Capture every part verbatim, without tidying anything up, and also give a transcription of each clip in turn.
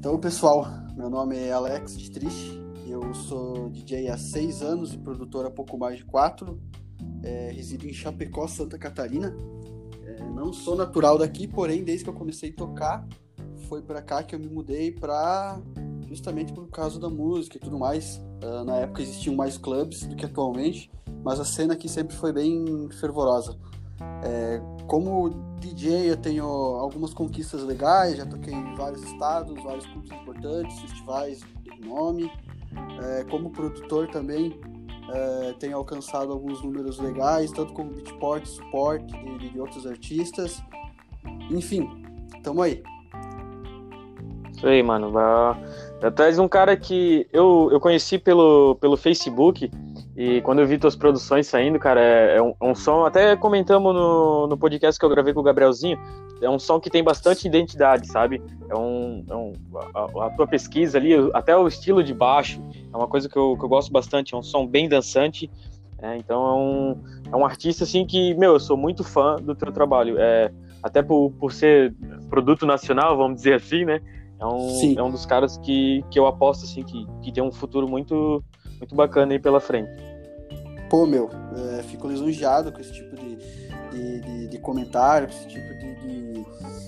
Então, pessoal, meu nome é Alex Dietrich, eu sou D J há seis anos e produtor há pouco mais de quatro, é, resido em Chapecó, Santa Catarina. É, não sou natural daqui, porém, desde que eu comecei a tocar, foi para cá que eu me mudei para justamente por causa da música e tudo mais. Uh, na época existiam mais clubes do que atualmente, mas a cena aqui sempre foi bem fervorosa. É, como D J eu tenho algumas conquistas legais, já toquei em vários estados, vários clubes importantes, festivais de renome. É, como produtor também é, tenho alcançado alguns números legais, tanto como beatport, suporte de, de outros artistas. Enfim, tamo aí. Isso aí, mano. Atrás um cara que eu, eu conheci pelo, pelo Facebook, e quando eu vi tuas produções saindo, cara, é, é, um, é um som, até comentamos no, no podcast que eu gravei com o Gabrielzinho, é um som que tem bastante identidade, sabe? É um, é um a, a tua pesquisa ali, até o estilo de baixo, é uma coisa que eu, que eu gosto bastante, é um som bem dançante, é, então é um, é um artista, assim, que, meu, eu sou muito fã do teu trabalho, é, até por, por ser produto nacional, vamos dizer assim, né? É um, é um dos caras que, que eu aposto, assim, que, que tem um futuro muito, muito bacana aí pela frente. Pô, meu, é, fico lisonjeado com esse tipo de, de, de, de comentário, com esse tipo de, de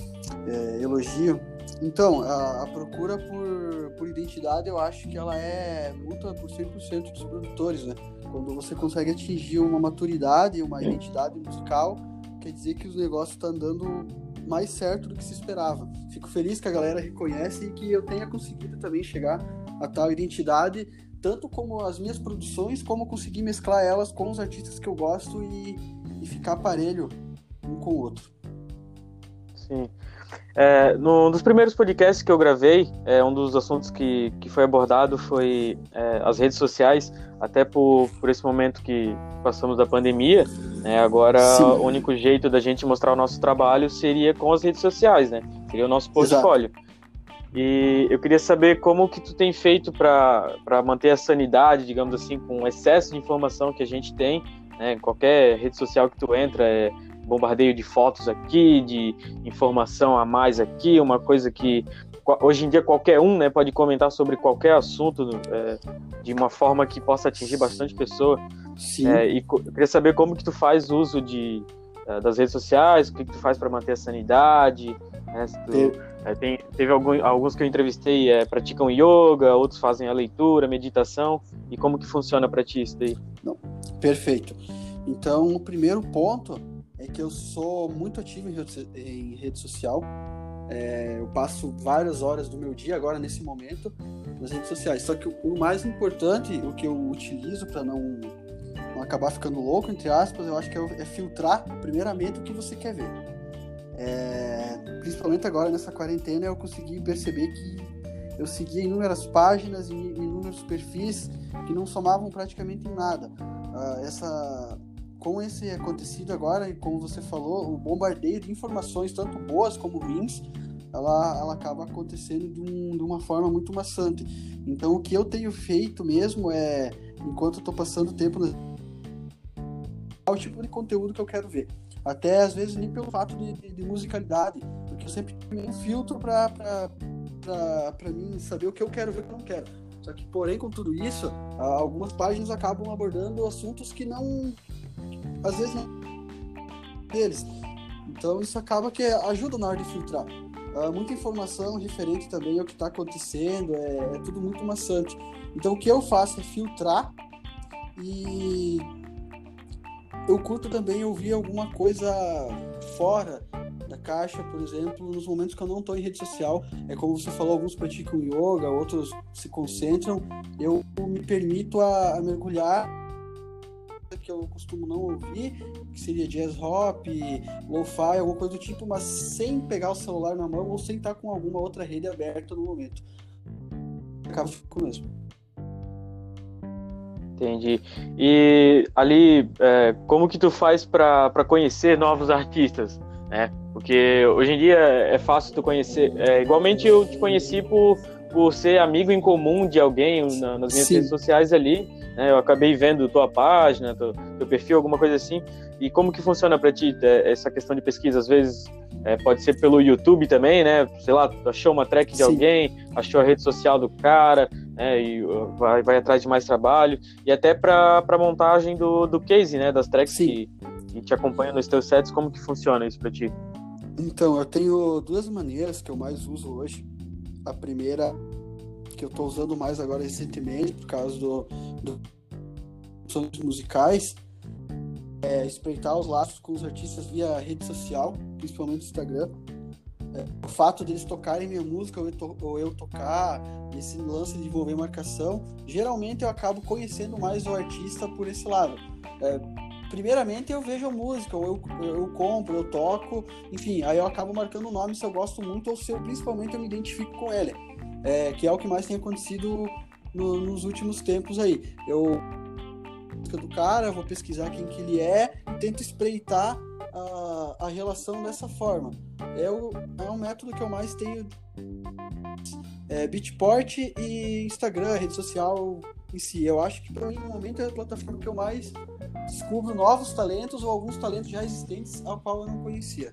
é, elogio. Então, a, a procura por, por identidade, eu acho que ela é mútua por cem por cento dos produtores, né? Quando você consegue atingir uma maturidade, uma identidade musical, quer dizer que os negócios estão andando mais certo do que se esperava. Fico feliz que a galera reconhece e que eu tenha conseguido também chegar a tal identidade, tanto como as minhas produções, como conseguir mesclar elas com os artistas que eu gosto e, e ficar parelho um com o outro. Sim. É, no, nos primeiros podcasts que eu gravei, é, um dos assuntos que, que foi abordado foi é, as redes sociais, até por, por esse momento que passamos da pandemia, né, agora Sim. O único jeito da gente mostrar o nosso trabalho seria com as redes sociais, né? Seria o nosso portfólio. Exato. E eu queria saber como que tu tem feito para manter a sanidade, digamos assim, com o excesso de informação que a gente tem, né? Qualquer rede social que tu entra é bombardeio de fotos aqui, de informação a mais aqui, uma coisa que hoje em dia qualquer um, né, pode comentar sobre qualquer assunto é, de uma forma que possa atingir bastante pessoa. Sim. É, e eu queria saber como que tu faz uso de, das redes sociais, o que, que tu faz para manter a sanidade, né, se tu, eu... é, tem, teve algum, alguns que eu entrevistei é, praticam yoga, outros fazem a leitura, meditação, e como que funciona para ti isso daí? Não. Perfeito. Então, o primeiro ponto é que eu sou muito ativo em rede, em rede social. É, eu passo várias horas do meu dia agora, nesse momento, nas redes sociais. Só que o, o mais importante, o que eu utilizo para não, não acabar ficando louco, entre aspas, eu acho que é, é filtrar, primeiramente, o que você quer ver. É, principalmente agora, nessa quarentena, eu consegui perceber que eu seguia inúmeras páginas e inúmeros perfis que não somavam praticamente em nada. Uh, essa... Com esse acontecido agora, e como você falou, o bombardeio de informações, tanto boas como ruins, ela, ela acaba acontecendo de, um, de uma forma muito maçante. Então, o que eu tenho feito mesmo é, enquanto eu estou passando tempo, no... o tipo de conteúdo que eu quero ver. Até, às vezes, nem pelo fato de, de, de musicalidade, porque eu sempre tenho um filtro para mim saber o que eu quero ver e o que eu não quero. Só que, porém, com tudo isso, algumas páginas acabam abordando assuntos que não... às vezes não deles. Então isso acaba que ajuda na hora de filtrar. Uh, muita informação referente também ao que está acontecendo, é, é tudo muito maçante. Então o que eu faço é filtrar, e eu curto também ouvir alguma coisa fora da caixa, por exemplo, nos momentos que eu não estou em rede social. É como você falou, alguns praticam yoga, outros se concentram. Eu me permito a, a mergulhar que eu costumo não ouvir, que seria jazz hop, lo-fi, alguma coisa do tipo, mas sem pegar o celular na mão ou sem estar com alguma outra rede aberta no momento. Acaba ficando mesmo. Entendi. E ali, é, como que tu faz para conhecer novos artistas, né? Porque hoje em dia é fácil tu conhecer. É, igualmente eu te conheci por, por ser amigo em comum de alguém na, nas minhas Sim. redes sociais ali. Eu acabei vendo tua página, teu, teu perfil, alguma coisa assim. E como que funciona para ti essa questão de pesquisa? Às vezes É, pode ser pelo YouTube também, né? Sei lá, achou uma track de Sim. alguém, achou a rede social do cara, né? E uh, vai, vai atrás de mais trabalho. E até para a montagem do, do case, né? Das tracks que, que te acompanham nos teus sets, como que funciona isso para ti? Então, eu tenho duas maneiras que eu mais uso hoje. A primeira, que eu estou usando mais agora recentemente, por causa do, do sons musicais, é espreitar os laços com os artistas via rede social, principalmente Instagram. É, o fato deles tocarem minha música ou eu, to- ou eu tocar, esse lance de envolver marcação, geralmente eu acabo conhecendo mais o artista por esse lado. É, primeiramente eu vejo a música, ou eu, eu, eu compro, eu toco, enfim, aí eu acabo marcando o nome se eu gosto muito ou se eu, principalmente eu me identifico com ele, é, que é o que mais tem acontecido no- nos últimos tempos aí. Eu do cara, vou pesquisar quem que ele é e tento espreitar a, a relação dessa forma. É, o, é um método que eu mais tenho, é, Beatport e Instagram, rede social em si. Eu acho que para mim no momento é a plataforma que eu mais descubro novos talentos ou alguns talentos já existentes ao qual eu não conhecia.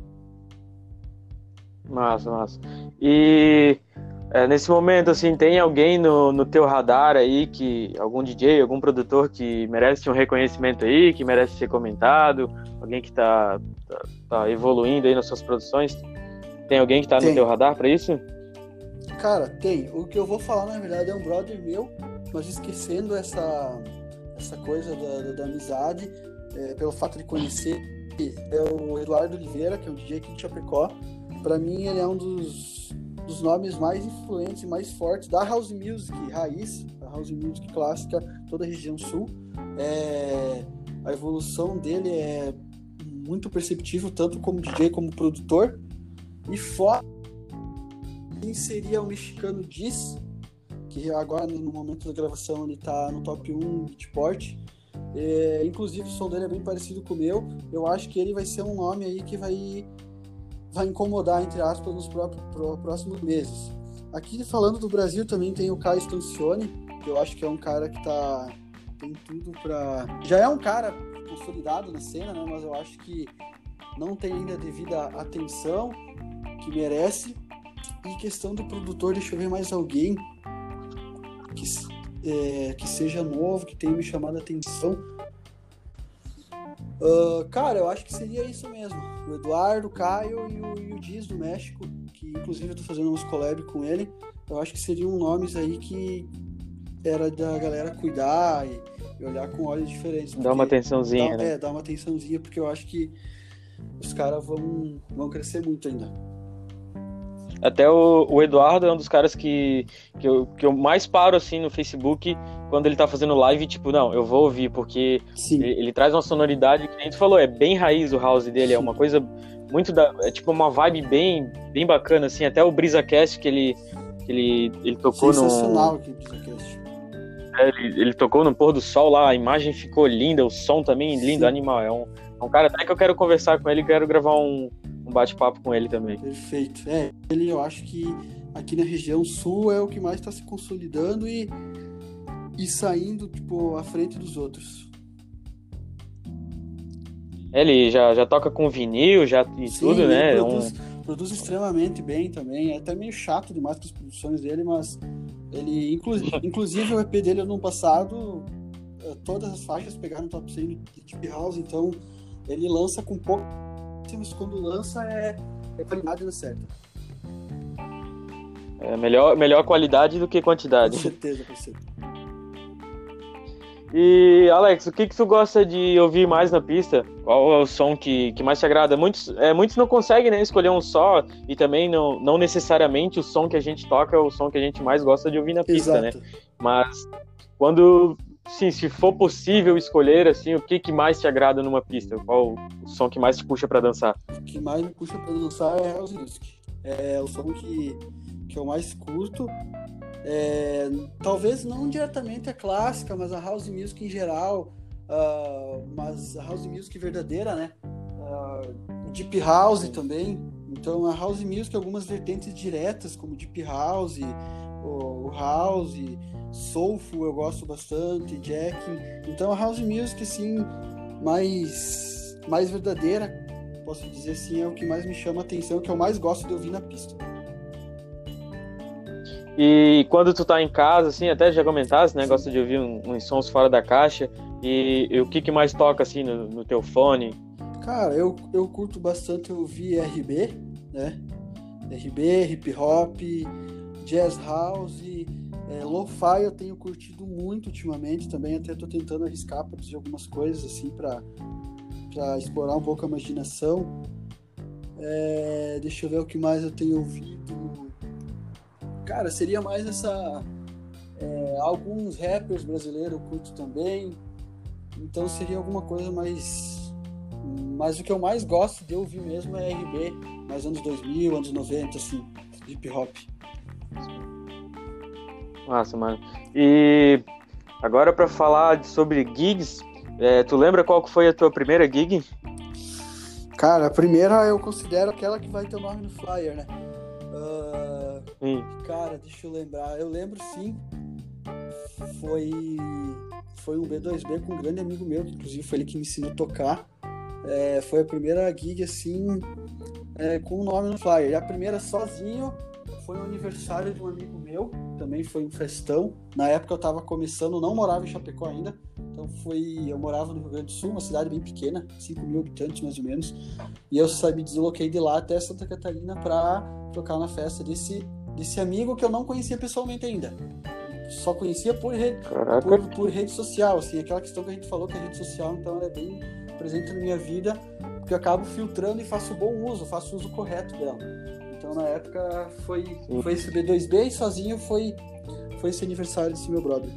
Massa, massa. E é, nesse momento, assim, tem alguém no, no teu radar aí, que algum D J, algum produtor que merece um reconhecimento aí, que merece ser comentado, alguém que tá, tá, tá evoluindo aí nas suas produções? Tem alguém que tá no Tem. teu radar para isso? Cara, tem. O que eu vou falar, na verdade, é um brother meu, mas esquecendo essa, essa coisa da, da, da amizade, é, pelo fato de conhecer, é o Eduardo Oliveira, que é um D J aqui de Chapecó. Pra mim, ele é um dos, dos nomes mais influentes e mais fortes da House Music raiz, a House Music clássica, toda a região sul. É, a evolução dele é muito perceptível, tanto como D J como produtor. E fora seria o mexicano Diz, que agora no momento da gravação ele tá no top um Beatport. É, inclusive o som dele é bem parecido com o meu. Eu acho que ele vai ser um nome aí que vai, vai incomodar, entre aspas, nos próprios, pro, próximos meses. Aqui falando do Brasil também tem o Caio Stancioni, que eu acho que é um cara que tá, tem tudo pra... Já é um cara consolidado na cena, né? Mas eu acho que não tem ainda a devida atenção que merece. E questão do produtor, deixa eu ver mais alguém que, é, que seja novo, que tenha me chamado a atenção. Uh, cara, eu acho que seria isso mesmo. O Eduardo, o Caio e o, e o Diz do México, que inclusive eu tô fazendo uns collab com ele. Eu acho que seriam nomes aí que era da galera cuidar e, e olhar com olhos diferentes. Dá uma atençãozinha, dá, né? É, dá uma atençãozinha, porque eu acho que os caras vão, vão crescer muito ainda. Até o, o Eduardo é um dos caras que, que, eu, que eu mais paro assim no Facebook quando ele tá fazendo live, tipo, não, eu vou ouvir, porque ele, ele traz uma sonoridade que a gente falou, é bem raiz o house dele, Sim. É uma coisa muito da. É tipo uma vibe bem, bem bacana, assim, até o BrisaCast que ele, que ele, ele tocou no. Sensacional aqui o BrisaCast. É, ele, ele tocou no pôr do sol lá, a imagem ficou linda, o som também lindo, Sim. Animal. É um, é um cara até que eu quero conversar com ele, quero gravar um. um bate-papo com ele também. Perfeito. É, ele eu acho que aqui na região sul é o que mais está se consolidando e, e saindo, tipo, à frente dos outros. Ele já, já toca com vinil, já e Sim, tudo, né? Produz, é um... produz extremamente bem também. É até meio chato demais com as produções dele, mas ele, inclu, inclusive o E P dele ano passado, todas as faixas pegaram top cem de Deep House, então ele lança com pouco, mas quando lança é, é qualidade na certa. É melhor, melhor qualidade do que quantidade. Com certeza, com certeza. E, Alex, o que, que tu gosta de ouvir mais na pista? Qual é o som que, que mais te agrada? Muitos, é, muitos não conseguem, né, escolher um só, e também não, não necessariamente o som que a gente toca é o som que a gente mais gosta de ouvir na pista, Exato. Né? Mas quando... Sim, se for possível escolher, assim, o que, que mais te agrada numa pista? Qual o som que mais te puxa pra dançar? O que mais me puxa pra dançar é House Music. É o som que, que eu mais curto. É, talvez não diretamente a clássica, mas a House Music em geral. Uh, mas a House Music verdadeira, né? Uh, Deep House também. Então a House Music, algumas vertentes diretas, como Deep House, o, o House... Soulful eu gosto bastante, Jacking. Então a House Music assim, mais, mais verdadeira, posso dizer assim, é o que mais me chama a atenção, o que eu mais gosto de ouvir na pista. E quando tu tá em casa, assim, até já comentasse, né? Gosta de ouvir uns um, um sons fora da caixa. E, e o que que mais toca, assim, no, no teu fone? Cara, eu, eu curto bastante ouvir R B, né? R B, hip hop, jazz house, é, lo-fi eu tenho curtido muito ultimamente também, até tô tentando arriscar, produzir algumas coisas assim para para explorar um pouco a imaginação. É, deixa eu ver o que mais eu tenho ouvido. Cara, seria mais essa... É, alguns rappers brasileiros eu curto também. Então seria alguma coisa mais... Mas o que eu mais gosto de ouvir mesmo é R B, mais anos dois mil, anos noventa, assim, hip hop. Massa, mano. E agora pra falar sobre gigs, é, tu lembra qual que foi a tua primeira gig? Cara, a primeira eu considero aquela que vai ter o nome no flyer, né? Uh, cara, deixa eu lembrar. Eu lembro sim. Foi, foi um B dois B com um grande amigo meu, que inclusive foi ele que me ensinou a tocar. É, foi a primeira gig assim, é, com o nome no flyer. E a primeira sozinho foi no aniversário de um amigo meu, também foi um festão. Na época eu tava começando, não morava em Chapecó ainda. Então foi, eu morava no Rio Grande do Sul, uma cidade bem pequena, cinco mil habitantes mais ou menos. E eu me desloquei de lá até Santa Catarina para tocar na festa desse, desse amigo que eu não conhecia pessoalmente ainda. Só conhecia por rede, por, por rede social, assim, aquela questão que a gente falou que a rede social, então, ela é bem presente na minha vida, porque eu acabo filtrando e faço bom uso, faço uso correto dela. Então, na época, foi, foi esse B dois B e sozinho foi, foi esse aniversário desse meu brother.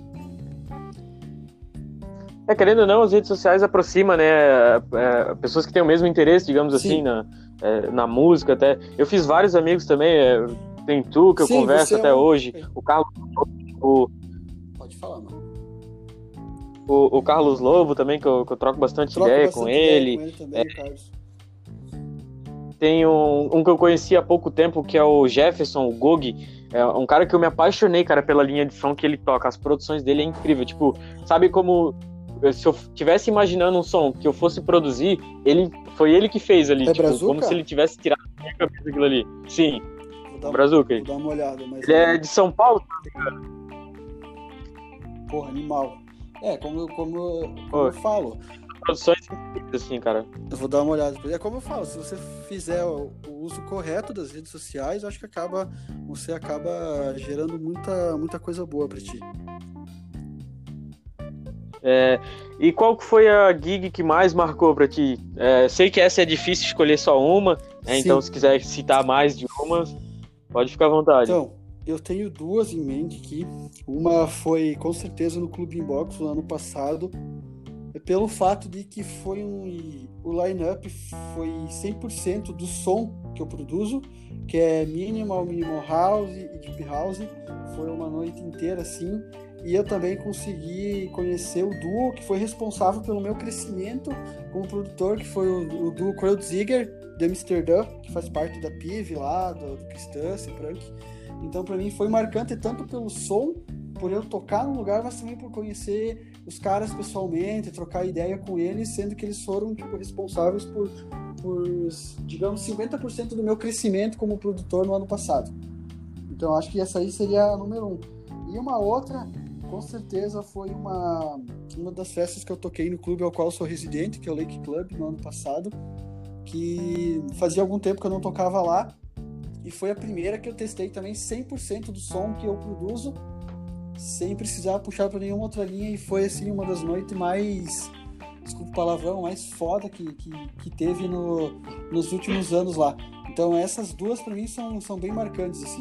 É, querendo ou não, as redes sociais aproximam, né, é, pessoas que têm o mesmo interesse, digamos Sim. assim, na, é, na música até. Eu fiz vários amigos também, é, tem tu, que eu Sim, converso até é um... hoje, o Carlos o... Pode falar, mano. O, o Carlos Lobo também, que eu, que eu troco bastante troco ideia bastante com ideia ele. Com ele também, é, Carlos. Tem um, um que eu conheci há pouco tempo, que é o Jefferson, o Gog. É um cara que eu me apaixonei, cara, pela linha de som que ele toca. As produções dele é incrível. Tipo, sabe como... Se eu tivesse imaginando um som que eu fosse produzir, ele, foi ele que fez ali. É tipo, Brazuca? Como se ele tivesse tirado da minha cabeça aquilo ali. Sim, o Brazuca. Vou dar uma olhada. Mas ele é de São Paulo, cara. Porra, animal. É, como, como, como eu falo. Produções assim, cara. Eu vou dar uma olhada. É como eu falo, se você fizer o, o uso correto das redes sociais, eu acho que acaba, você acaba gerando muita, muita coisa boa pra ti. É, e qual que foi a gig que mais marcou pra ti? É, sei que essa é difícil escolher só uma, né? Então se quiser citar mais de uma, pode ficar à vontade. Então, eu tenho duas em mente aqui. Uma foi com certeza no Clube Inbox no ano passado, pelo fato de que foi um, o line-up foi cem por cento do som que eu produzo, que é minimal, minimal house e deep house. Foi uma noite inteira assim. E eu também consegui conhecer o duo que foi responsável pelo meu crescimento como produtor, que foi o, o duo Kreuziger de Amsterdã, que faz parte da P I V lá, do, do Cristã, Prank. Então, para mim, foi marcante tanto pelo som, por eu tocar no lugar, mas também por conhecer os caras pessoalmente, trocar ideia com eles, sendo que eles foram tipo, responsáveis por, por, digamos, cinquenta por cento do meu crescimento como produtor no ano passado. Então, acho que essa aí seria a número um. E uma outra... Com certeza foi uma, uma das festas que eu toquei no clube ao qual sou residente, que é o Lake Club, no ano passado, que fazia algum tempo que eu não tocava lá, e foi a primeira que eu testei também cem por cento do som que eu produzo, sem precisar puxar para nenhuma outra linha, e foi assim uma das noites mais, desculpa o palavrão, mais foda que, que, que teve no, nos últimos anos lá. Então essas duas para mim são, são bem marcantes, assim.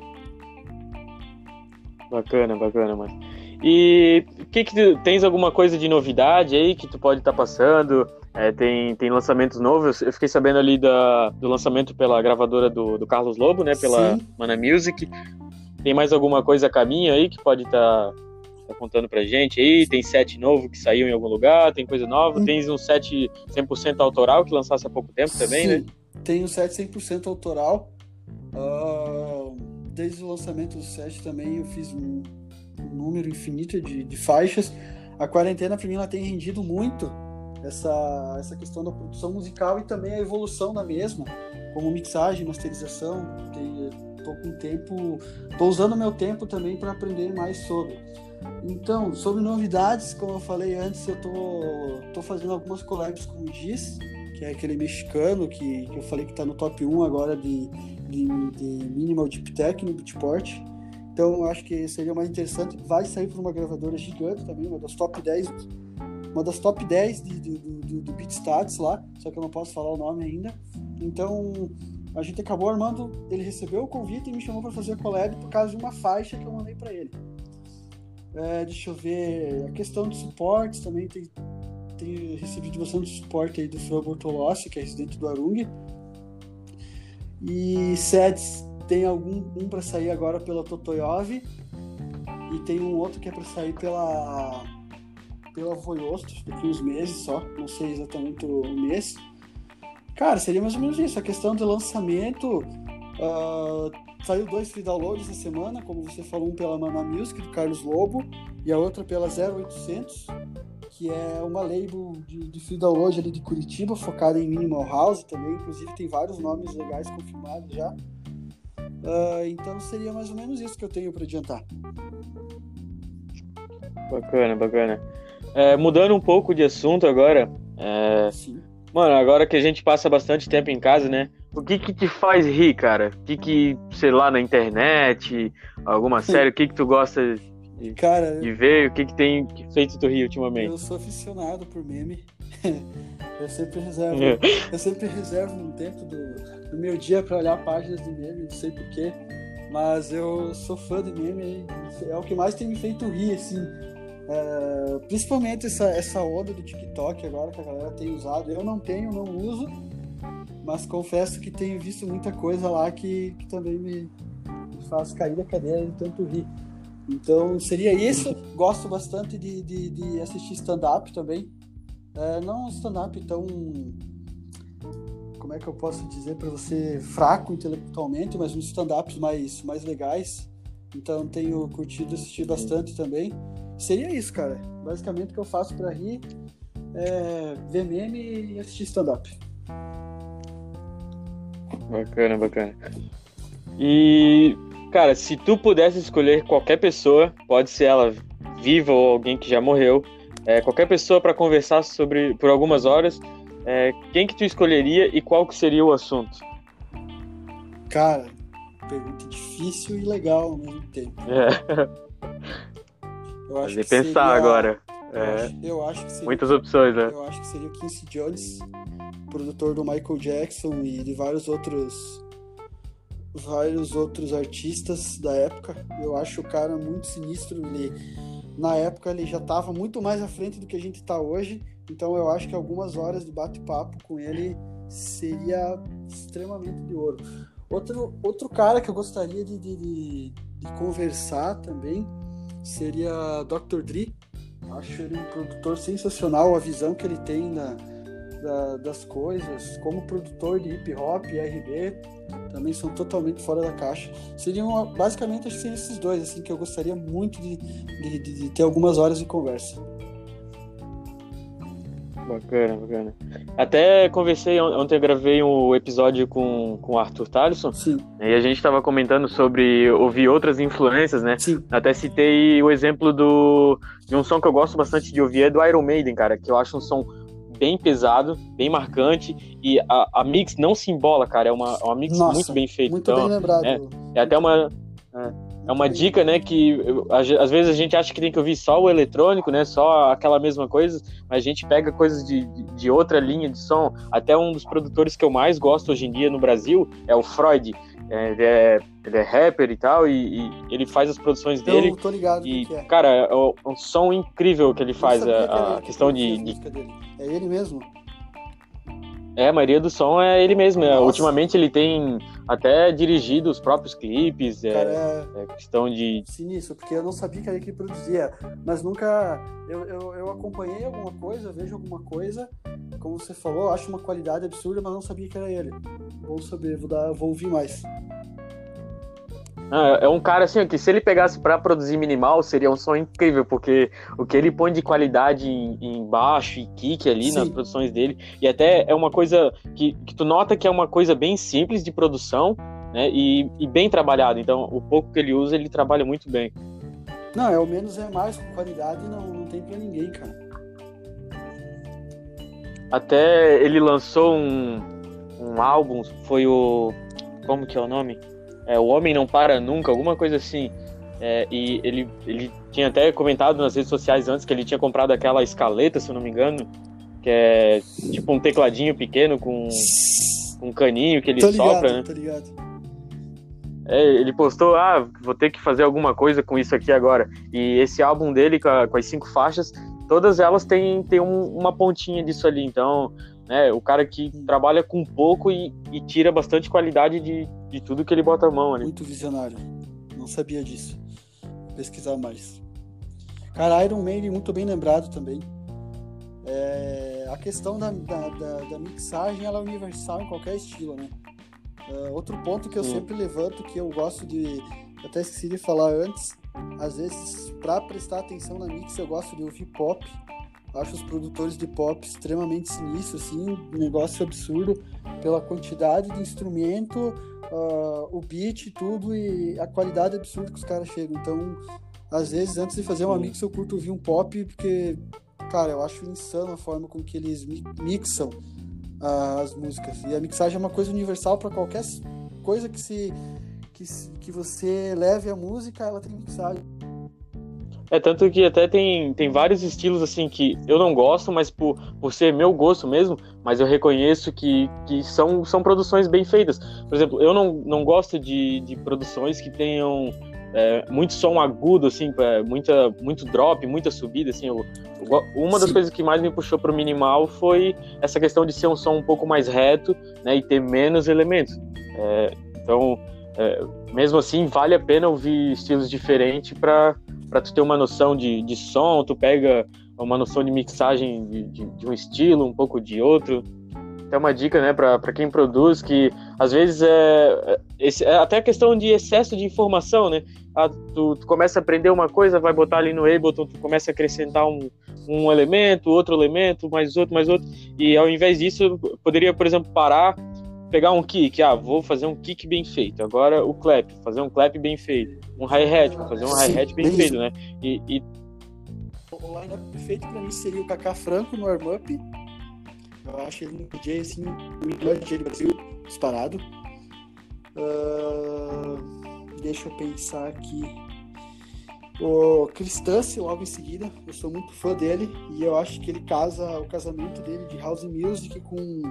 Bacana, bacana, mano. E que que tu, tens alguma coisa de novidade aí que tu pode estar tá passando? É, tem, tem lançamentos novos? Eu fiquei sabendo ali da, do lançamento pela gravadora do, do Carlos Lobo, né? Pela Sim. Mana Music. Tem mais alguma coisa a caminho aí que pode estar tá, tá contando pra gente aí? Tem set novo que saiu em algum lugar? Tem coisa nova? Hum. Tens um set cem por cento autoral que lançasse há pouco tempo também, Sim. né? Tem um set cem por cento autoral. Uh... Desde o lançamento do set também eu fiz um, um número infinito de, de faixas. A quarentena para mim ela tem rendido muito essa, essa questão da produção musical e também a evolução da mesma, como mixagem, masterização. Estou com tempo, estou usando meu tempo também para aprender mais sobre. Então, sobre novidades, como eu falei antes, eu tô, tô fazendo algumas collabs com o Giz, que é aquele mexicano que, que eu falei que está no top um agora de, de, de Minimal Deep Tech no Beatport. Então, eu acho que seria mais interessante. Vai sair por uma gravadora gigante também, uma das top dez, uma das top dez de, de, do, do Beatstats lá, só que eu não posso falar o nome ainda. Então, a gente acabou armando, ele recebeu o convite e me chamou para fazer a collab por causa de uma faixa que eu mandei para ele. É, deixa eu ver, a questão de suportes também, tem, tem recebido bastante suporte aí do Fran Bortolossi, que é residente do Arung. E sets, tem algum um para sair agora pela Totoyov, e tem um outro que é para sair pela pela Voiostos, daqui uns meses só, não sei exatamente o mês. Cara, seria mais ou menos isso, a questão de lançamento. Uh, saiu dois free downloads essa semana, como você falou, um pela Mana Music, do Carlos Lobo, e a outra pela zero oitocentos, que é uma label de, de free download ali de Curitiba, focada em Minimal House também, inclusive tem vários nomes legais confirmados já. Uh, então seria mais ou menos isso que eu tenho para adiantar. Bacana, bacana. É, mudando um pouco de assunto agora, é... Sim. Mano, agora que a gente passa bastante tempo em casa, né? O que que te faz rir, cara? O que que, sei lá, na internet, alguma série, o que que tu gosta de, cara, de ver? O que que tem feito tu rir ultimamente? Eu sou aficionado por meme. Eu sempre reservo, eu sempre reservo um tempo do, do meu dia para olhar páginas de meme, não sei porquê, mas eu sou fã de meme, é o que mais tem me feito rir, assim. É, principalmente essa, essa onda do TikTok agora que a galera tem usado. Eu não tenho, não uso, mas confesso que tenho visto muita coisa lá que, que também me, me faz cair da cadeira de tanto rir. Então seria isso. Gosto bastante de, de, de assistir stand-up também. É, não um stand-up tão, como é que eu posso dizer para você, fraco intelectualmente, mas uns stand-ups mais, mais legais. Então tenho curtido assistir bastante também. Seria isso, cara. Basicamente o que eu faço pra rir é ver meme e assistir stand-up. Bacana, bacana. E, cara, se tu pudesse escolher qualquer pessoa, pode ser ela viva ou alguém que já morreu, é, qualquer pessoa pra conversar sobre por algumas horas, é, quem que tu escolheria e qual que seria o assunto? Cara, pergunta difícil e legal ao mesmo tempo. É. Eu acho Fazer que pensar seria, agora. Eu, É. acho, eu acho que seria, Muitas opções, né? Eu acho que seria o Quincy Jones, produtor do Michael Jackson e de vários outros vários outros artistas da época. Eu acho o cara muito sinistro. Ele, na época ele já estava muito mais à frente do que a gente está hoje. Então eu acho que algumas horas de bate-papo com ele seria extremamente de ouro. Outro, outro cara que eu gostaria de, de, de, de conversar também seria doutor Dre. Acho ele um produtor sensacional, a visão que ele tem na, da, das coisas, como produtor de hip hop e R B, também são totalmente fora da caixa. Seriam, basicamente, acho que seriam esses dois, assim, que eu gostaria muito de, de, de, de ter algumas horas de conversa. Bacana, bacana. Até conversei, ontem eu gravei um episódio com, com o Arthur Thaleson. Sim. E a gente estava comentando sobre ouvir outras influências, né? Sim. Até citei o exemplo do, de um som que eu gosto bastante de ouvir, é do Iron Maiden, cara, que eu acho um som bem pesado, bem marcante, e a, a mix não se embola, cara, é uma, uma mix Nossa, muito bem feita. Muito então, bem lembrado. É, é até uma... É. É uma dica, né, que às vezes a gente acha que tem que ouvir só o eletrônico, né, só aquela mesma coisa, mas a gente pega coisas de, de, de outra linha de som. Até um dos produtores que eu mais gosto hoje em dia no Brasil é o Freud. É, ele, é, ele é rapper e tal, e, e ele faz as produções dele. Eu tô ligado e, que é. cara, é um, um som incrível que ele faz. A, a questão de, de... É ele mesmo? É, a maioria do som é ele mesmo. É, ultimamente ele tem até dirigido os próprios clipes. É, cara, é... é questão de... Sinistro, porque eu não sabia que era ele que produzia. Mas nunca... Eu, eu, eu acompanhei alguma coisa, vejo alguma coisa. Como você falou, acho uma qualidade absurda, mas não sabia que era ele. Bom saber, vou, dar, vou ouvir mais. Ah, é um cara assim, ó, que se ele pegasse pra produzir minimal, seria um som incrível, porque o que ele põe de qualidade em, em baixo e kick ali nas Sim. produções dele, e até é uma coisa que, que tu nota que é uma coisa bem simples de produção, né, e, e bem trabalhado. Então, o pouco que ele usa, ele trabalha muito bem. Não, é o menos é mais, com qualidade não, não tem pra ninguém, cara. Até ele lançou um, um álbum, foi o... Como que é o nome? É, O Homem Não Para Nunca, alguma coisa assim. É, e ele, ele tinha até comentado nas redes sociais antes que ele tinha comprado aquela escaleta, se eu não me engano, que é tipo um tecladinho pequeno com um caninho que ele Tô ligado, sopra, né? tô ligado. É, ele postou, ah, vou ter que fazer alguma coisa com isso aqui agora. E esse álbum dele, com, a, com as cinco faixas, todas elas têm, têm um, uma pontinha disso ali. Então, né, o cara que trabalha com pouco e, e tira bastante qualidade de, de tudo que ele bota a mão ali. Muito visionário. Não sabia disso. Vou pesquisar mais. Cara, Iron Maiden, muito bem lembrado também. É, a questão da, da, da, da mixagem, ela é universal em qualquer estilo, né? Uh, outro ponto que eu Sim. sempre levanto, que eu gosto de... Até esqueci de falar antes. Às vezes, pra prestar atenção na mix, eu gosto de ouvir pop. Acho os produtores de pop extremamente sinistros, assim, um negócio absurdo pela quantidade de instrumento, uh, o beat, tudo, e a qualidade absurda que os caras chegam. Então, às vezes, antes de fazer uma mix, eu curto ouvir um pop, porque, cara, eu acho insano a forma com que eles mi- mixam uh, as músicas. E a mixagem é uma coisa universal para qualquer coisa que, se, que, se, que você leve a música, ela tem mixagem. É, tanto que até tem, tem vários estilos, assim, que eu não gosto, mas por, por ser meu gosto mesmo, mas eu reconheço que, que são, são produções bem feitas. Por exemplo, eu não, não gosto de, de produções que tenham é, muito som agudo, assim, é, muita, muito drop, muita subida, assim. Eu, eu, uma das Sim. coisas que mais me puxou pro minimal foi essa questão de ser um som um pouco mais reto, né, e ter menos elementos. É, então, é, mesmo assim, vale a pena ouvir estilos diferentes para para tu ter uma noção de, de som, tu pega uma noção de mixagem de, de, de um estilo, um pouco de outro. Tem uma dica, né, para quem produz, que às vezes é, esse, é até a questão de excesso de informação, né? Ah, tu, tu começa a aprender uma coisa, vai botar ali no Ableton, tu começa a acrescentar um, um elemento, outro elemento, mais outro, mais outro, e ao invés disso, eu poderia, por exemplo, parar, pegar um kick, ah, vou fazer um kick bem feito, agora o clap, fazer um clap bem feito, um hi-hat, vou fazer um hi-hat bem Sim, feito, né? E, e... O line-up perfeito pra mim seria o Kaká Franco no warm-up. Eu acho ele um D J, assim, o melhor D J do Brasil, disparado. Uh, deixa eu pensar aqui. O Chris Tussey, logo em seguida, eu sou muito fã dele e eu acho que ele casa o casamento dele de house music com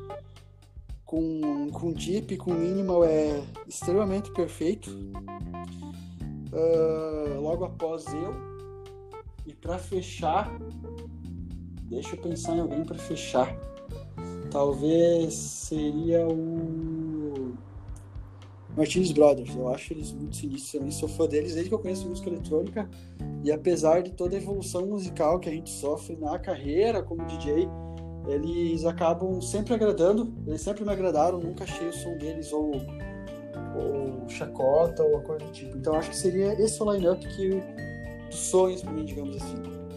com, com deep, com minimal é extremamente perfeito. Uh, logo após eu, e pra fechar, deixa eu pensar em alguém pra fechar. Talvez seria o Martins Brothers. Eu acho eles muito sinistros. Eu também sou fã deles desde que eu conheço música eletrônica. E apesar de toda a evolução musical que a gente sofre na carreira como D J, eles acabam sempre agradando. Eles sempre me agradaram. Nunca achei o som deles ou, ou chacota ou coisa do tipo. Então acho que seria esse o line-up que dos sonhos pra mim, digamos assim.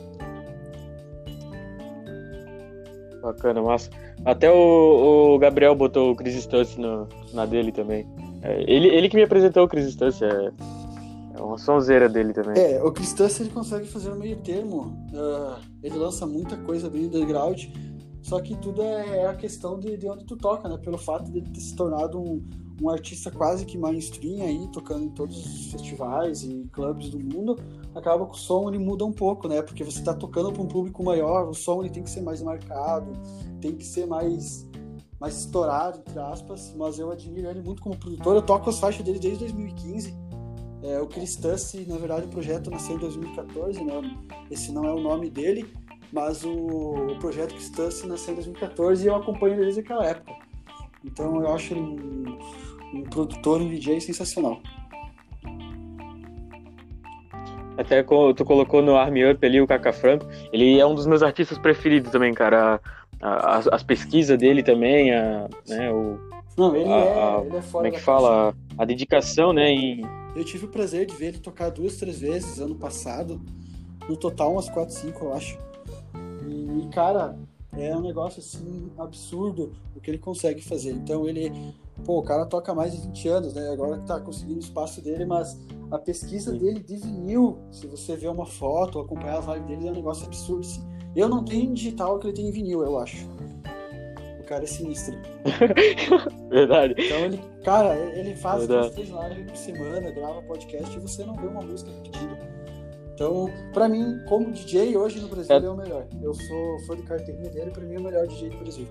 Bacana, massa. Até o, o Gabriel botou o Chris Stuss no, na dele também. É, ele, ele que me apresentou o Chris Stuss, é, é uma sonzeira dele também. É, o Chris Tussey, ele consegue fazer o meio termo. Uh, ele lança muita coisa bem underground, só que tudo é, é a questão de, de onde tu toca, né? Pelo fato de ele ter se tornado um, um artista quase que mainstream aí, tocando em todos os festivais e clubes do mundo, acaba que o som ele muda um pouco, né? Porque você tá tocando para um público maior, o som ele tem que ser mais marcado, tem que ser mais, mais estourado, entre aspas, mas eu admiro ele muito como produtor. Eu toco as faixas dele desde dois mil e quinze. É, o Chris Tussey, na verdade, o projeto nasceu em dois mil e catorze, né? Esse não é o nome dele, mas o, o projeto Chris Tussey nasceu em dois mil e catorze e eu acompanho ele desde aquela época. Então eu acho ele um, um produtor, um D J sensacional. Até tu colocou no Arm Up ali o Kaká Franco, ele é um dos meus artistas preferidos também, cara. as, as pesquisas dele também, a, né, o, Não, ele, a, é, a, ele é fora como é que da fala? caixa. A dedicação, né? Em... Eu tive o prazer de ver ele tocar duas, três vezes ano passado. No total, umas quatro, cinco, eu acho. E, cara, é um negócio, assim, absurdo o que ele consegue fazer. Então, ele... Pô, o cara toca há mais de vinte anos, né? Agora que tá conseguindo o espaço dele, mas a pesquisa Sim. dele de vinil, se você ver uma foto, acompanhar as lives dele, é um negócio absurdo, assim. Eu não tenho em digital o que ele tem em vinil, eu acho. O cara é sinistro. Verdade. Então, ele... Cara, ele faz Verdade. duas, três lives por semana, grava podcast e você não vê uma música repetida. Então, pra mim, como D J, hoje no Brasil, É. ele é o melhor. Eu sou fã de carteirinha dele, pra mim é o melhor D J do Brasil.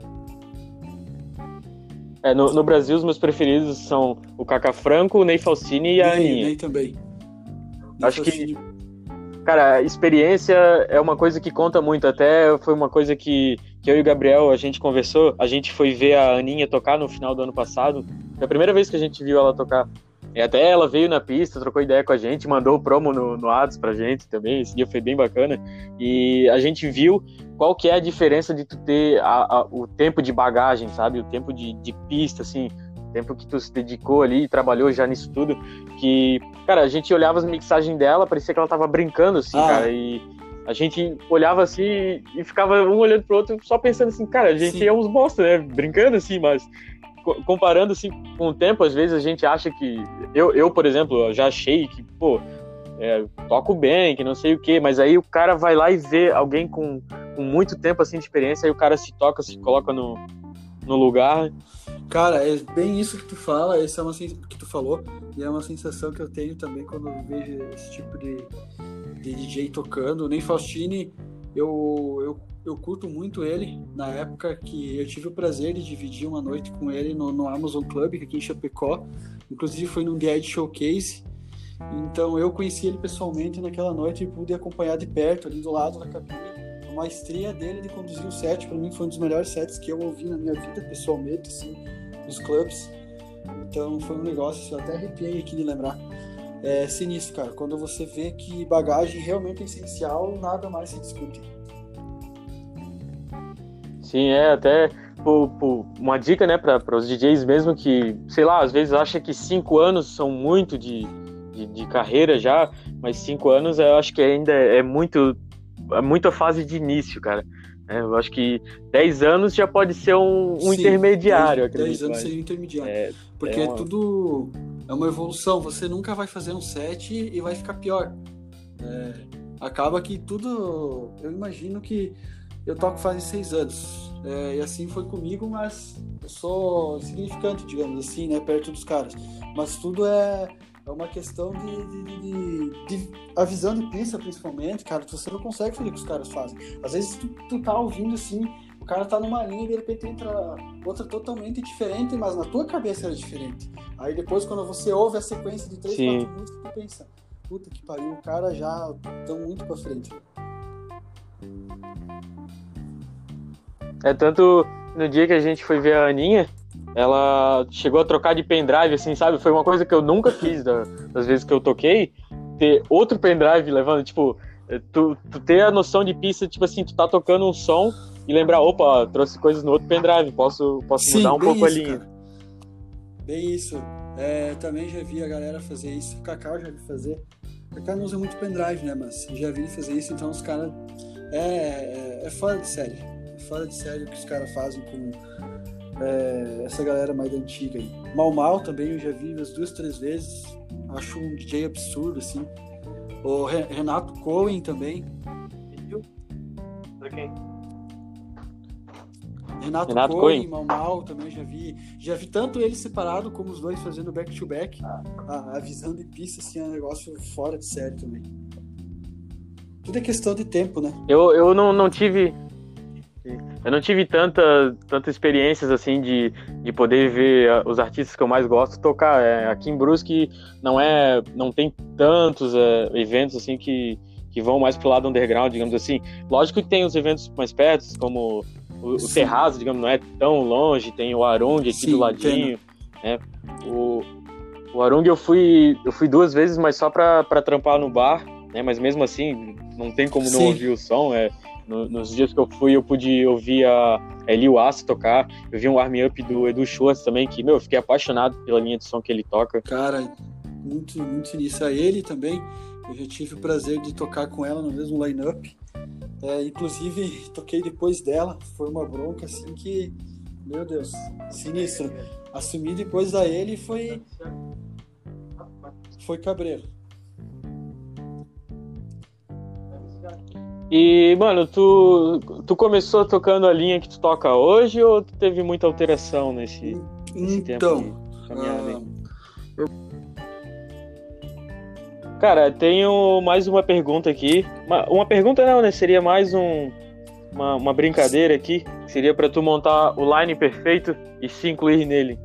É, no, no Brasil, os meus preferidos são o Cacá Franco, o Ney Faustini e a Ney, Aninha. Ney também. Acho que- Faustini. Cara, a experiência é uma coisa que conta muito. Até foi uma coisa que, que eu e o Gabriel, a gente conversou. A gente foi ver a Aninha tocar no final do ano passado. Foi a primeira vez que a gente viu ela tocar. E até ela veio na pista, trocou ideia com a gente, mandou o promo no, no Whats pra gente também. Esse dia foi bem bacana. E a gente viu qual que é a diferença de tu ter a, a, o tempo de bagagem, sabe? O tempo de, de pista, assim. O tempo que tu se dedicou ali e trabalhou já nisso tudo. Que, cara, a gente olhava as mixagens dela, parecia que ela tava brincando, assim, Ah. cara. E a gente olhava assim e ficava um olhando pro outro, só pensando assim, cara, a gente Sim. é uns bosta, né? Brincando, assim, mas... Comparando assim com o tempo, às vezes a gente acha que eu, eu por exemplo, eu já achei que, pô, é, toco bem, que não sei o que, mas aí o cara vai lá e vê alguém com, com muito tempo assim de experiência, aí o cara se toca, se coloca no, no lugar. Cara, é bem isso que tu fala, essa é uma sens- que tu falou, e é uma sensação que eu tenho também quando eu vejo esse tipo de, de D J tocando. O Ney Faustini, eu, eu, eu curto muito ele, na época que eu tive o prazer de dividir uma noite com ele no, no Amazon Club, aqui em Chapecó, inclusive foi num The Edge Showcase. Então eu conheci ele pessoalmente naquela noite e pude acompanhar de perto, ali do lado da cabine, a maestria dele de conduzir o set. Para mim foi um dos melhores sets que eu ouvi na minha vida, pessoalmente, assim, nos clubs. Então foi um negócio, eu até arrepiei aqui de lembrar. É sinistro, cara. Quando você vê que bagagem realmente é essencial, nada mais se discute. Sim, é até pô, pô, uma dica, né, para os D Js mesmo que, sei lá, às vezes acha que cinco anos são muito de, de, de carreira já, mas cinco anos eu acho que ainda é muito, é muita fase de início, cara. É, eu acho que dez anos já pode ser um, um Sim, intermediário, eu dez, dez acredito. anos mas seria intermediário. é, Porque é uma- tudo é uma evolução. Você nunca vai fazer um set e vai ficar pior. É, acaba que tudo... Eu imagino que eu toco faz seis anos. É, e assim foi comigo, mas eu sou insignificante, digamos assim, né? Perto dos caras. Mas tudo é, é uma questão de, de, de, de... A visão de pista, principalmente, cara, você não consegue fazer o que os caras fazem. Às vezes tu, tu tá ouvindo assim... O cara tá numa linha e de repente entra outra totalmente diferente, mas na tua cabeça era diferente. Aí depois, quando você ouve a sequência de três, Sim. quatro músicas, tu pensa, puta que pariu, o cara já tão muito pra frente. É tanto no dia que a gente foi ver a Aninha, ela chegou a trocar de pendrive, assim, sabe? Foi uma coisa que eu nunca fiz da- das vezes que eu toquei, ter outro pendrive levando, tipo, tu, tu ter a noção de pista, tipo assim, tu tá tocando um som e lembrar, opa, trouxe coisas no outro pendrive, posso, posso mudar um bem pouco isso, a linha. cara. Bem isso. É, também já vi a galera fazer isso. O Cacau já vi fazer. O Cacau não usa muito pendrive, né? Mas já vi fazer isso, então os caras... É, é, é fora de série. É fora de série o que os caras fazem com é, essa galera mais da antiga aí. Mal Mal também eu já vi umas duas, três vezes. Acho um D J absurdo, assim. O Re- Renato Cohen também. Pra quem? Renato, Renato Cohen, Cohen. Mal Mal também já vi. Já vi tanto eles separado como os dois fazendo back-to-back. A, a visão de pista, assim, é um negócio fora de série também. Tudo é questão de tempo, né? Eu, eu não, não tive... Eu não tive tanta, tanta experiências assim de, de poder ver ah, os artistas que eu mais gosto tocar. É, aqui em Brusque não é, não tem tantos é, eventos assim que, que vão mais pro lado underground, digamos assim. Lógico que tem os eventos mais perto, como o, o Sim. Terraço, digamos, não é tão longe. Tem o Arung aqui Sim, do ladinho. Né? O, o Arung eu fui, eu fui duas vezes, mas só pra, pra trampar no bar, né? Mas mesmo assim não tem como não Sim. ouvir o som. É, no, nos dias que eu fui, eu pude ouvir a, a Lil As tocar. Eu vi um Warm Up do Edu Schwartz também, que, meu, eu fiquei apaixonado pela linha de som que ele toca. Cara, muito, muito sinistro. A ele também, eu já tive o prazer de tocar com ela no mesmo line-up. É, inclusive, toquei depois dela. Foi uma bronca, assim, que... Meu Deus, sinistro. Assumir depois da ele foi... Foi cabreiro. E, mano, tu, tu começou tocando a linha que tu toca hoje ou tu teve muita alteração nesse, nesse então, tempo de caminhada aí? Uh, eu... Cara, tenho mais uma pergunta aqui. Uma, uma pergunta não, né? Seria mais um, uma, uma brincadeira aqui. Seria pra tu montar o line perfeito e se incluir nele.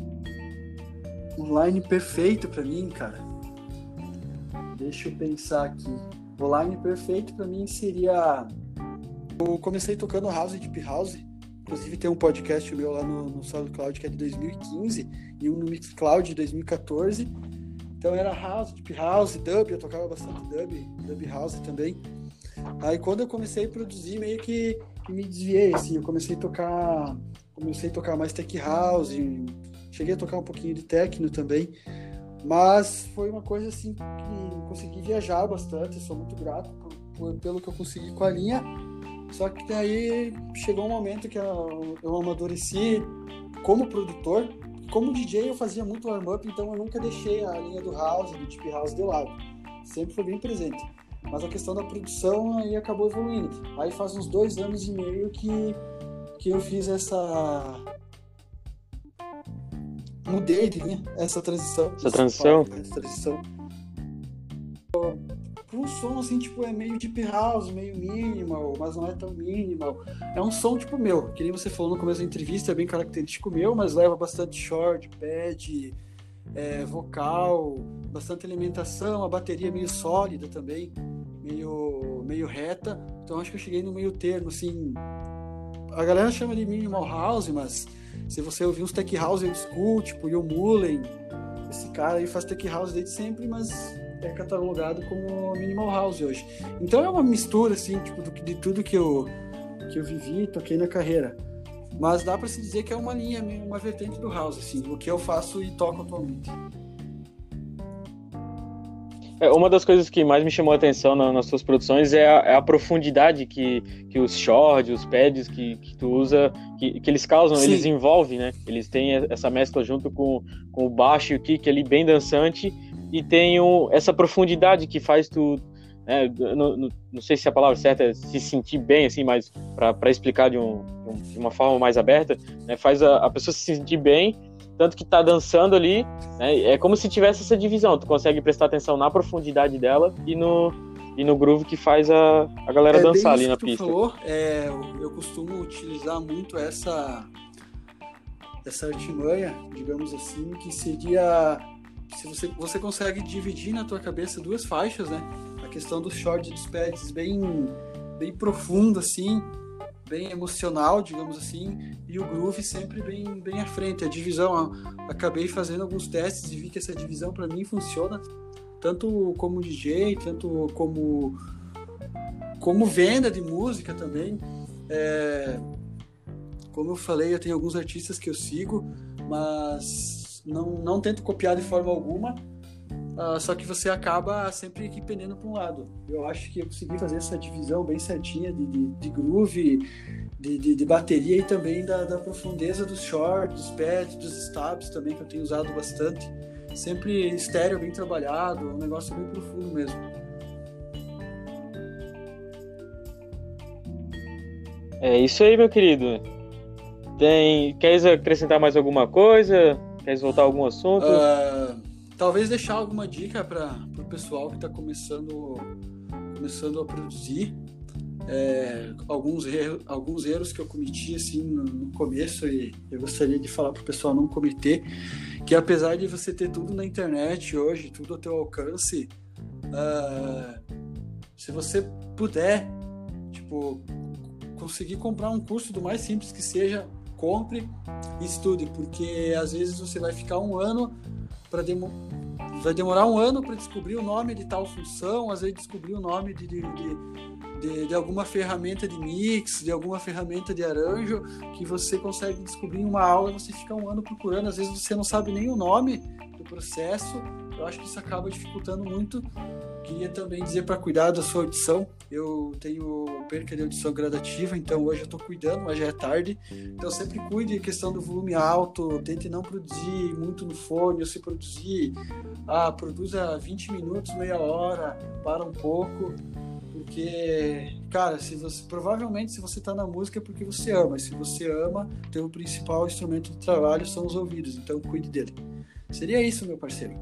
Um line perfeito pra mim, cara. Deixa eu pensar aqui. O line perfeito pra mim seria... Eu comecei tocando house e deep house. Inclusive tem um podcast meu lá no, no SoundCloud que é de dois mil e quinze e um no Mixcloud de dois mil e catorze. Então era house, deep house, dub. Eu tocava bastante dub, dub house também. Aí quando eu comecei a produzir, meio que, que me desviei, assim. Eu comecei a tocar... Comecei a tocar mais tech house. Cheguei a tocar um pouquinho de techno também. Mas foi uma coisa assim que consegui viajar bastante, sou muito grato por, por, pelo que eu consegui com a linha. Só que daí chegou um momento que eu, eu amadureci como produtor. Como D J eu fazia muito warm-up, então eu nunca deixei a linha do house, do deep house de lado. Sempre foi bem presente. Mas a questão da produção aí acabou evoluindo. Aí faz uns dois anos e meio que, que eu fiz essa... Mudei de linha, essa transição. Essa transição? Essa transição. Para um som assim, tipo, é meio deep house, meio minimal, mas não é tão minimal. É um som tipo meu, que nem você falou no começo da entrevista, é bem característico meu, mas leva bastante short, pad, é, vocal, bastante alimentação, a bateria é meio sólida também, meio, meio reta. Então acho que eu cheguei no meio termo, assim. A galera chama de minimal house, mas se você ouvir uns tech house old school, tipo Yo Mullen, esse cara aí faz tech house desde sempre, mas é catalogado como minimal house hoje. Então é uma mistura, assim, tipo, de tudo que eu, que eu vivi, toquei na carreira. Mas dá pra se dizer que é uma linha, uma vertente do house, assim, o que eu faço e toco atualmente. É, uma das coisas que mais me chamou a atenção na, nas suas produções é a, é a profundidade que, que os shorts, os pads que, que tu usa, que, que eles causam, Sim. Eles envolvem, né? Eles têm essa mescla junto com, com o baixo e o kick ali bem dançante e tem um, essa profundidade que faz tu, né, não, não, não sei se a palavra certa é se sentir bem, assim, mas para explicar de, um, de uma forma mais aberta, né, faz a, a pessoa se sentir bem, tanto que tá dançando ali, né, é como se tivesse essa divisão, tu consegue prestar atenção na profundidade dela e no, e no groove que faz a, a galera é dançar ali bem na isso que pista. Tu falou, é, eu, eu costumo utilizar muito essa, essa artimanha, digamos assim, que seria... Se você, você consegue dividir na tua cabeça duas faixas, né? A questão dos shorts e dos pads bem, bem profundo, assim, bem emocional, digamos assim, e o groove sempre bem, bem à frente. A divisão, acabei fazendo alguns testes e vi que essa divisão para mim funciona tanto como D J, tanto como, como venda de música também. É, como eu falei, eu tenho alguns artistas que eu sigo, mas... Não, não tento copiar de forma alguma, uh, só que você acaba sempre que pendendo para um lado. Eu acho que eu consegui fazer essa divisão bem certinha de, de, de groove, de, de, de bateria e também da, da profundeza dos shorts, dos pads, dos stabs também, que eu tenho usado bastante. Sempre estéreo bem trabalhado, um negócio bem profundo mesmo. É isso aí, meu querido. Tem... Queres acrescentar mais alguma coisa? Queres voltar a algum assunto? Uh, talvez deixar alguma dica para o pessoal que está começando, começando a produzir. É, alguns, erros, alguns erros que eu cometi assim, no, no começo e eu gostaria de falar para o pessoal não cometer, que apesar de você ter tudo na internet hoje, tudo ao teu alcance, uh, se você puder, tipo, conseguir comprar um curso do mais simples que seja, compre e estude, porque às vezes você vai ficar um ano para demo... vai demorar um ano para descobrir o nome de tal função, às vezes descobrir o nome de, de, de, de, de alguma ferramenta de mix, de alguma ferramenta de arranjo, que você consegue descobrir em uma aula, você fica um ano procurando, às vezes você não sabe nem o nome do processo. Eu acho que isso acaba dificultando muito. Queria também dizer para cuidar da sua audição. Eu tenho perca de audição gradativa, então hoje eu estou cuidando, mas já é tarde. Então sempre cuide em questão do volume alto, tente não produzir muito no fone, ou se produzir, ah, produza vinte minutos, meia hora, para um pouco. Porque, cara, se você, provavelmente se você está na música é porque você ama. E se você ama, teu principal instrumento de trabalho são os ouvidos, então cuide dele. Seria isso, meu parceiro.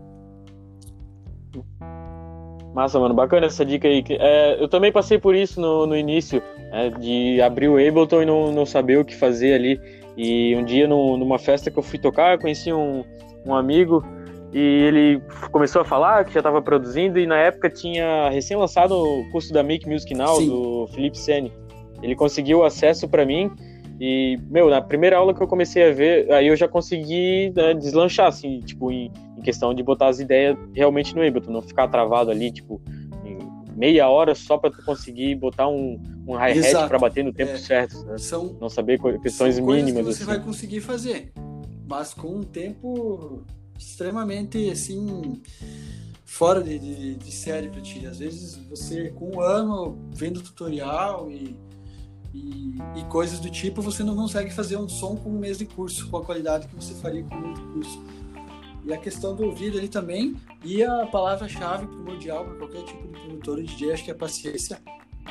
Massa, mano, bacana essa dica aí. É, eu também passei por isso no, no início, é, de abrir o Ableton e não, não saber o que fazer ali. E um dia, no, numa festa que eu fui tocar, eu conheci um, um amigo e ele começou a falar que já estava produzindo, e na época tinha recém lançado o curso da Make Music Now, Sim. do Felipe Sene. Ele conseguiu acesso para mim e, meu, na primeira aula que eu comecei a ver, aí eu já consegui, né, deslanchar, assim, tipo, em, em questão de botar as ideias realmente no Ableton, não ficar travado ali, tipo, em meia hora só para tu conseguir botar um, um hi-hat para bater no tempo é, certo, né? São, não saber questões são mínimas. Que você assim. vai conseguir fazer, mas com um tempo extremamente, assim, fora de, de, de série para ti. Às vezes você, com um ano, vendo tutorial e E, e coisas do tipo, você não consegue fazer um som com um mês de curso, com a qualidade que você faria com um mês de curso. E a questão do ouvido ali também, e a palavra-chave primordial para qualquer tipo de produtor e D J, acho que é paciência.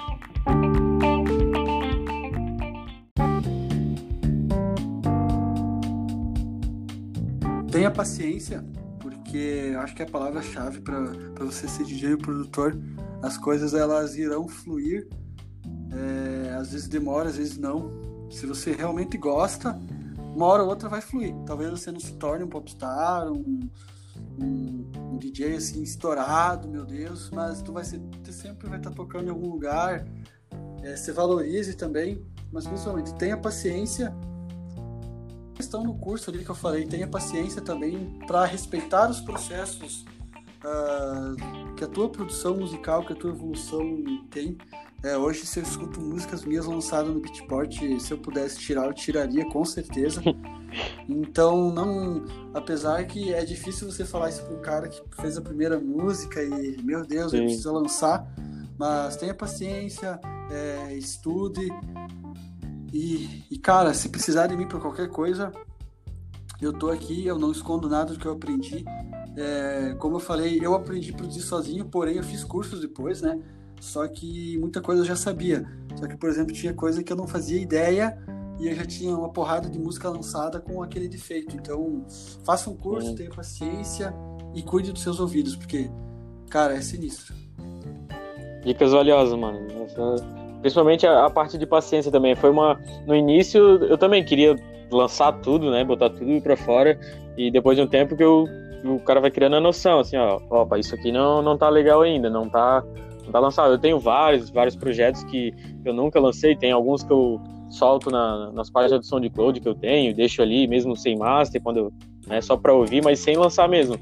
Tenha paciência, porque acho que é a palavra-chave para você ser D J e produtor. As coisas, elas irão fluir. É, às vezes demora, às vezes não. Se você realmente gosta, uma hora ou outra vai fluir. Talvez você não se torne um popstar, um, um, um D J assim estourado, meu Deus, mas tu vai ser, tu sempre vai estar tocando em algum lugar. É, se valorize também, mas principalmente tenha paciência. A questão no curso ali que eu falei, tenha paciência também para respeitar os processos uh, que a tua produção musical, que a tua evolução tem. É, hoje, se eu escuto músicas minhas lançadas no Beatport, se eu pudesse tirar, eu tiraria, com certeza. Então, não, apesar que é difícil você falar isso para um cara que fez a primeira música e, meu Deus, ele precisa lançar, mas tenha paciência, é, estude e, e, cara, se precisar de mim para qualquer coisa, eu tô aqui, eu não escondo nada do que eu aprendi. É, como eu falei, eu aprendi a produzir sozinho, porém eu fiz cursos depois, né? Só que muita coisa eu já sabia. Só que, por exemplo, tinha coisa que eu não fazia ideia e eu já tinha uma porrada de música lançada com aquele defeito. Então, faça um curso, tenha paciência e cuide dos seus ouvidos, porque, cara, é sinistro. Dicas valiosas, mano. Principalmente a, a parte de paciência também. Foi uma... No início, eu também queria lançar tudo, né? Botar tudo pra fora. E depois de um tempo que eu, o cara vai criando a noção, assim, ó, opa, isso aqui não, não tá legal ainda, não tá... Não tá lançado. Eu tenho vários, vários projetos que eu nunca lancei, tem alguns que eu solto na, nas páginas do SoundCloud que eu tenho, deixo ali mesmo sem master, quando eu, né, só para ouvir, mas sem lançar mesmo.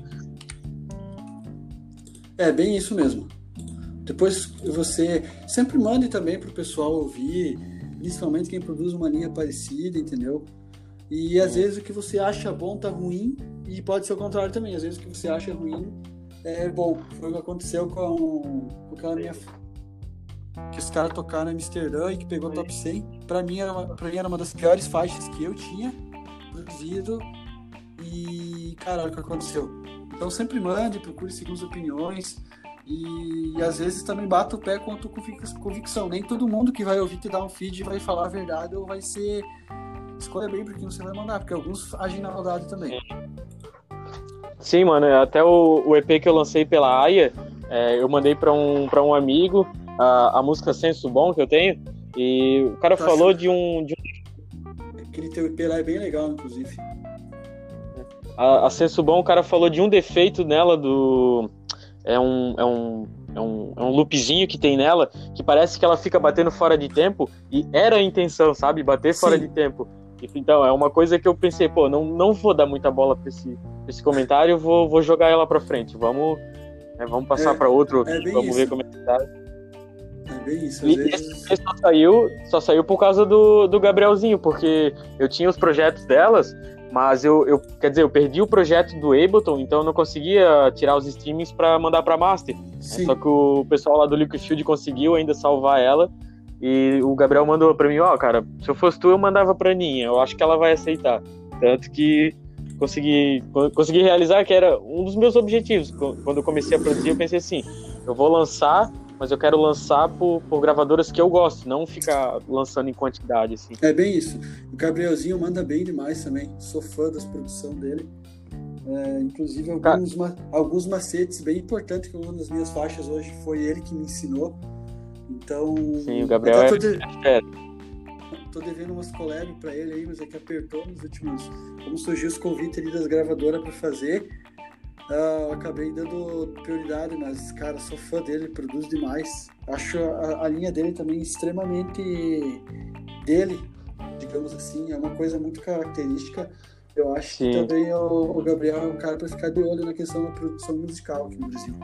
É bem isso mesmo. Depois você sempre mande também pro pessoal ouvir, principalmente quem produz uma linha parecida, entendeu? E às vezes o que você acha bom tá ruim, e pode ser o contrário também. Às vezes o que você acha ruim é bom. Foi o que aconteceu com, com aquela minha... que os caras tocaram em Amsterdã e que pegou top cem. Pra mim, era uma, pra mim era uma das piores faixas que eu tinha produzido. E, cara, olha o que aconteceu. Então sempre mande, procure segundas opiniões. E, e às vezes também bata o pé com a tua convicção. Nem todo mundo que vai ouvir te dar um feed vai falar a verdade ou vai ser... Escolha bem pra quem você vai mandar, porque alguns agem na maldade também. Sim, mano, até o, o E P que eu lancei pela Aya, é, eu mandei pra um, pra um amigo a, a música Senso Bom que eu tenho, e o cara tá falou de um, de um... Aquele teu E P lá é bem legal, inclusive. A, a Senso Bom, o cara falou de um defeito nela, do... É um, é, um, é, um, é um loopzinho que tem nela, que parece que ela fica batendo fora de tempo, e era a intenção, sabe? Bater Sim. fora de tempo. Então, é uma coisa que eu pensei, pô, não, não vou dar muita bola pra esse, pra esse comentário, vou, vou jogar ela pra frente. Vamos, né, vamos passar é, pra outro, é vamos isso. ver como é que tá. É bem isso, às E vezes... esse só saiu, só saiu por causa do, do Gabrielzinho, porque eu tinha os projetos delas, mas eu, eu, quer dizer, eu perdi o projeto do Ableton, então eu não conseguia tirar os streamings pra mandar pra Master. Sim. Só que o pessoal lá do Liquid conseguiu ainda salvar ela, e o Gabriel mandou pra mim, ó, oh, cara, se eu fosse tu, eu mandava pra Aninha, eu acho que ela vai aceitar. Tanto que consegui, consegui realizar, que era um dos meus objetivos. Quando eu comecei a produzir, eu pensei assim, eu vou lançar, mas eu quero lançar por, por gravadoras que eu gosto, não ficar lançando em quantidade, assim. É bem isso. O Gabrielzinho manda bem demais também. Sou fã das produções dele. É, inclusive, alguns, ma- alguns macetes bem importantes, que uma das minhas faixas hoje foi ele que me ensinou. Então... Sim, o Gabriel até é... tô, de... é... tô devendo umas collab pra ele aí, mas é que apertou nos últimos... Como surgiu os convites ali das gravadoras pra fazer... Uh, acabei dando prioridade, mas, cara, sou fã dele, produz demais. Acho a, a linha dele também extremamente dele, digamos assim, é uma coisa muito característica. Eu acho Sim. que também o, o Gabriel é um cara para ficar de olho na questão da produção musical aqui no Brasil.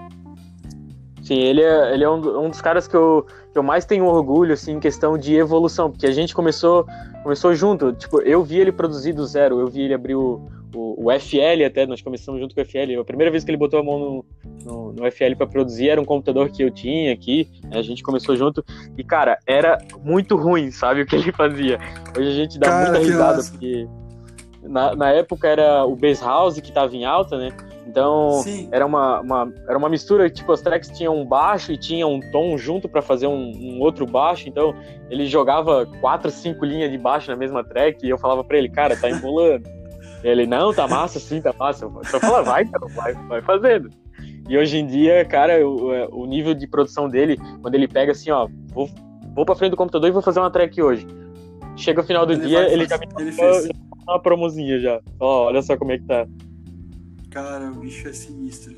Sim, ele é, ele é um, um dos caras que eu, que eu mais tenho orgulho, assim, em questão de evolução, porque a gente começou, começou junto, tipo, eu vi ele produzir do zero, eu vi ele abrir o O, o F L até, nós começamos junto com o F L. A primeira vez que ele botou a mão no, no, no F L pra produzir era um computador que eu tinha aqui, a gente começou junto e, cara, era muito ruim, sabe, o que ele fazia. Hoje a gente dá cara, muita risada, massa. Porque na, na época era o Bass House que tava em alta, né, então era uma, uma, era uma mistura, tipo, as tracks tinham um baixo e tinha um tom junto pra fazer um, um outro baixo, então ele jogava quatro, cinco linhas de baixo na mesma track e eu falava pra ele, cara, tá embolando. Ele, não, tá massa, sim, tá massa. Eu só falo, vai, cara, vai, vai fazendo. E hoje em dia, cara, o, o nível de produção dele, quando ele pega assim, ó, vou, vou pra frente do computador e vou fazer uma track hoje. Chega o final do ele dia, ele já me dá uma promozinha já. Ó, olha só como é que tá. Cara, o bicho é sinistro.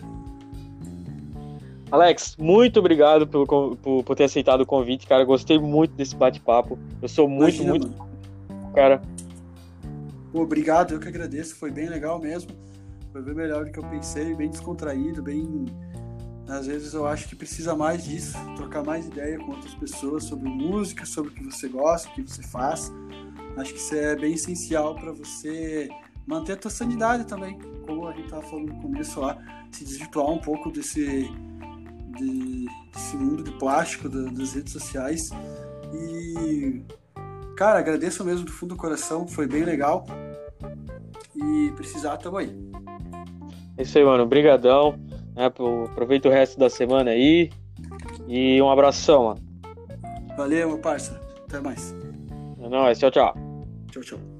Alex, muito obrigado por, por, por ter aceitado o convite, cara. Gostei muito desse bate-papo. Eu sou muito, Imagina, muito... Mano. Cara... Obrigado, eu que agradeço, foi bem legal mesmo, foi bem melhor do que eu pensei, bem descontraído, bem... Às vezes eu acho que precisa mais disso, trocar mais ideia com outras pessoas sobre música, sobre o que você gosta, o que você faz. Acho que isso é bem essencial para você manter a tua sanidade também, como a gente estava falando no começo lá, se desvirtuar um pouco desse, de, desse mundo de plástico, da, das redes sociais. E... Cara, agradeço mesmo do fundo do coração, foi bem legal. E precisar, tamo aí. É isso aí, mano. Obrigadão. Né, aproveita o resto da semana aí. E um abração, mano. Valeu, meu parceiro. Até mais. É nóis. Tchau, tchau. Tchau, tchau.